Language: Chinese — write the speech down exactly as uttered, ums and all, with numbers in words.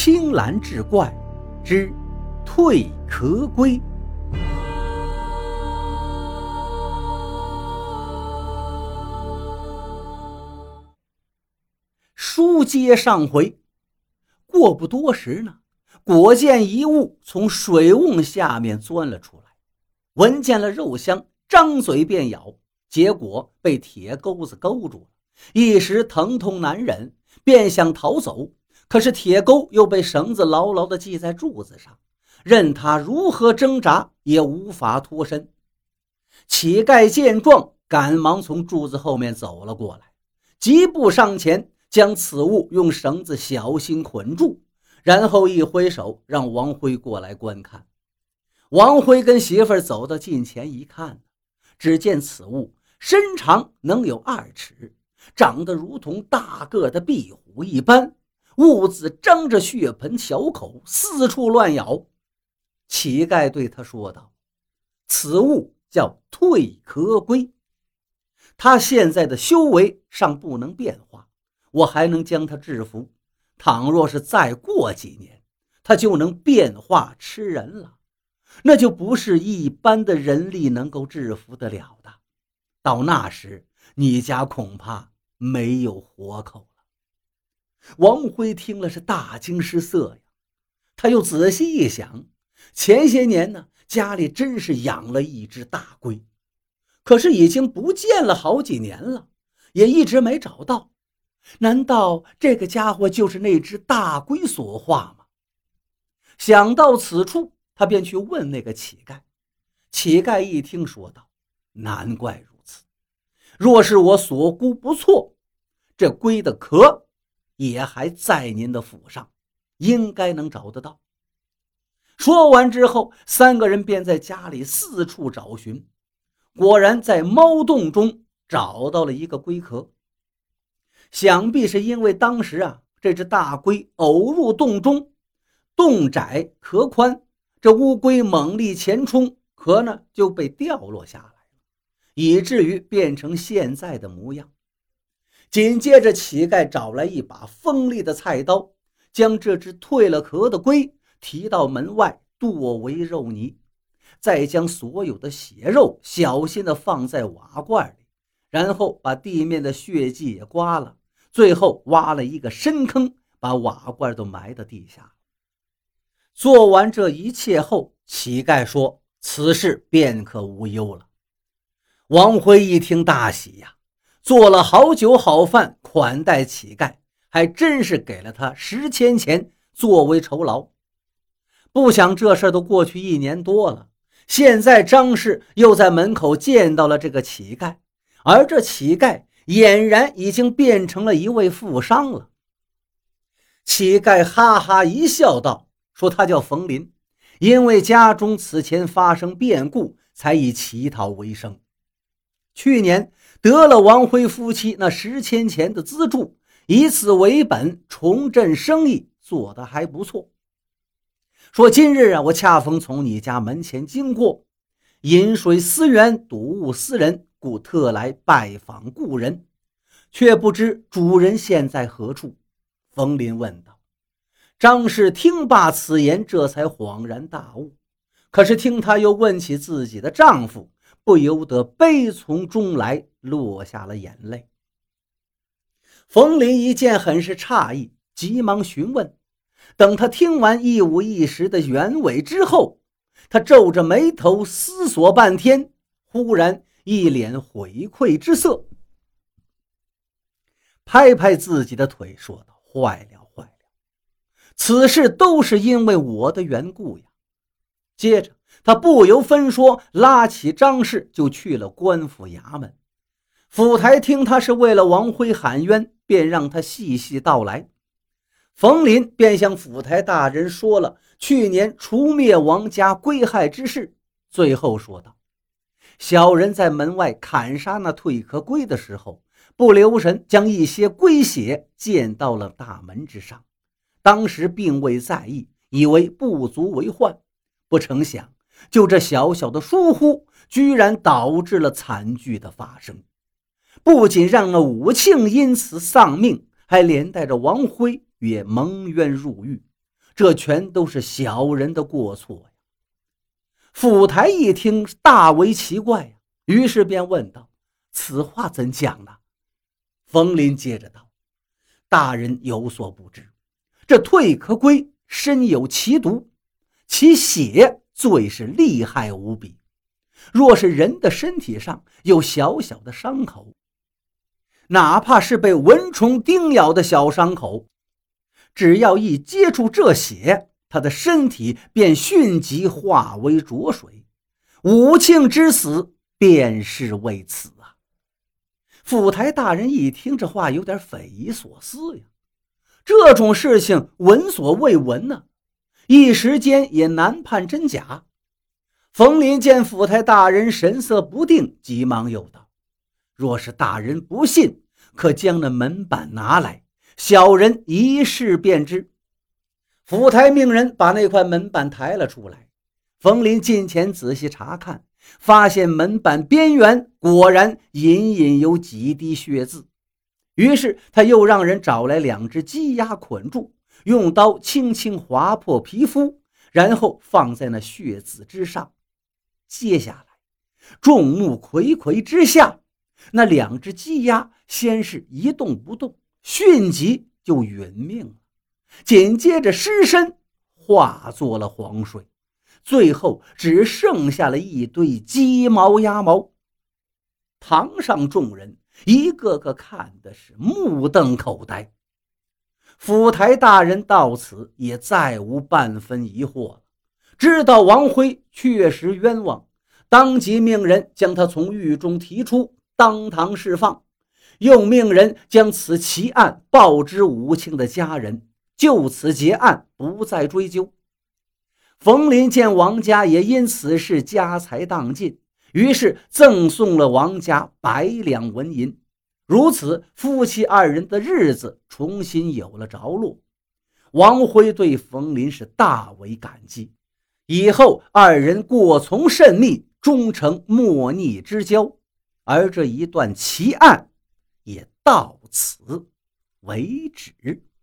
青蓝志怪之退壳龟。书接上回，过不多时呢，果见一物从水瓮下面钻了出来，闻见了肉香，张嘴便咬，结果被铁钩子勾住了，一时疼痛难忍，便想逃走，可是铁钩又被绳子牢牢地系在柱子上，任他如何挣扎也无法脱身。乞丐见状，赶忙从柱子后面走了过来，疾步上前，将此物用绳子小心捆住，然后一挥手让王辉过来观看。王辉跟媳妇儿走到近前一看，只见此物身长能有二尺，长得如同大个的壁虎一般，物子张着血盆小口，四处乱咬。乞丐对他说道：此物叫退壳龟，他现在的修为尚不能变化，我还能将他制服，倘若是再过几年，他就能变化吃人了，那就不是一般的人力能够制服得了的，到那时你家恐怕没有活口了。王辉听了是大惊失色呀，他又仔细一想，前些年呢，家里真是养了一只大龟，可是已经不见了好几年了，也一直没找到，难道这个家伙就是那只大龟所化吗？想到此处，他便去问那个乞丐。乞丐一听说道：难怪如此，若是我所估不错，这龟的壳也还在您的府上，应该能找得到。说完之后，三个人便在家里四处找寻，果然在猫洞中找到了一个龟壳。想必是因为当时啊，这只大龟偶入洞中，洞窄壳宽，这乌龟猛力前冲，壳呢就被掉落下来了，以至于变成现在的模样。紧接着乞丐找来一把锋利的菜刀，将这只退了壳的龟提到门外剁为肉泥，再将所有的血肉小心地放在瓦罐里，然后把地面的血迹也刮了，最后挖了一个深坑，把瓦罐都埋到地下。做完这一切后，乞丐说此事便可无忧了。王辉一听大喜呀，做了好酒好饭款待乞丐，还真是给了他十千钱作为酬劳。不想这事都过去一年多了，现在张氏又在门口见到了这个乞丐，而这乞丐俨然已经变成了一位富商了。乞丐哈哈一笑道，说他叫冯林，因为家中此前发生变故，才以乞讨为生。去年得了王辉夫妻那十千钱的资助，以此为本重振生意，做得还不错。说今日啊，我恰逢从你家门前经过，饮水思源，睹物思人，故特来拜访故人，却不知主人现在何处。冯林问道。张氏听罢此言，这才恍然大悟，可是听他又问起自己的丈夫，不由得悲从中来，落下了眼泪。冯林一见很是诧异，急忙询问。等他听完一五一十的原委之后，他皱着眉头思索半天，忽然一脸悔愧之色，拍拍自己的腿说道：坏了坏了，此事都是因为我的缘故呀。接着他不由分说拉起张氏就去了官府衙门。府台听他是为了王辉喊冤，便让他细细道来。冯林便向府台大人说了去年除灭王家龟害之事，最后说道：小人在门外砍杀那退壳龟的时候，不留神将一些龟血溅到了大门之上，当时并未在意，以为不足为患，不成想就这小小的疏忽，居然导致了惨剧的发生，不仅让那武庆因此丧命，还连带着王辉也蒙冤入狱， 这全都是小人的过错呀。府台一听大为奇怪呀，于是便问道：此话怎讲呢？冯林接着道：大人有所不知，这退壳龟身有奇毒，其血最是厉害无比。若是人的身体上有小小的伤口，哪怕是被蚊虫叮咬的小伤口，只要一接触这血，他的身体便迅即化为浊水，武庆之死便是为此啊！府台大人一听这话，有点匪夷所思呀，这种事情闻所未闻呢、啊，一时间也难判真假。冯林见府台大人神色不定，急忙又道：若是大人不信，可将那门板拿来，小人一试便知。府台命人把那块门板抬了出来，冯林近前仔细查看，发现门板边缘果然隐隐有几滴血渍。于是他又让人找来两只鸡鸭捆住，用刀轻轻划破皮肤，然后放在那血渍之上。接下来众目睽睽之下，那两只鸡鸭先是一动不动，迅即就殒命了，紧接着尸身化作了黄水，最后只剩下了一堆鸡毛鸭毛。堂上众人一个个看的是目瞪口呆。府台大人到此也再无半分疑惑了，知道王辉确实冤枉，当即命人将他从狱中提出，当堂释放，又命人将此奇案报知武庆的家人，就此结案，不再追究。冯林见王家也因此事家财荡尽，于是赠送了王家百两纹银，如此夫妻二人的日子重新有了着落。王辉对冯林是大为感激，以后二人过从甚密，终成莫逆之交，而这一段奇案也到此为止。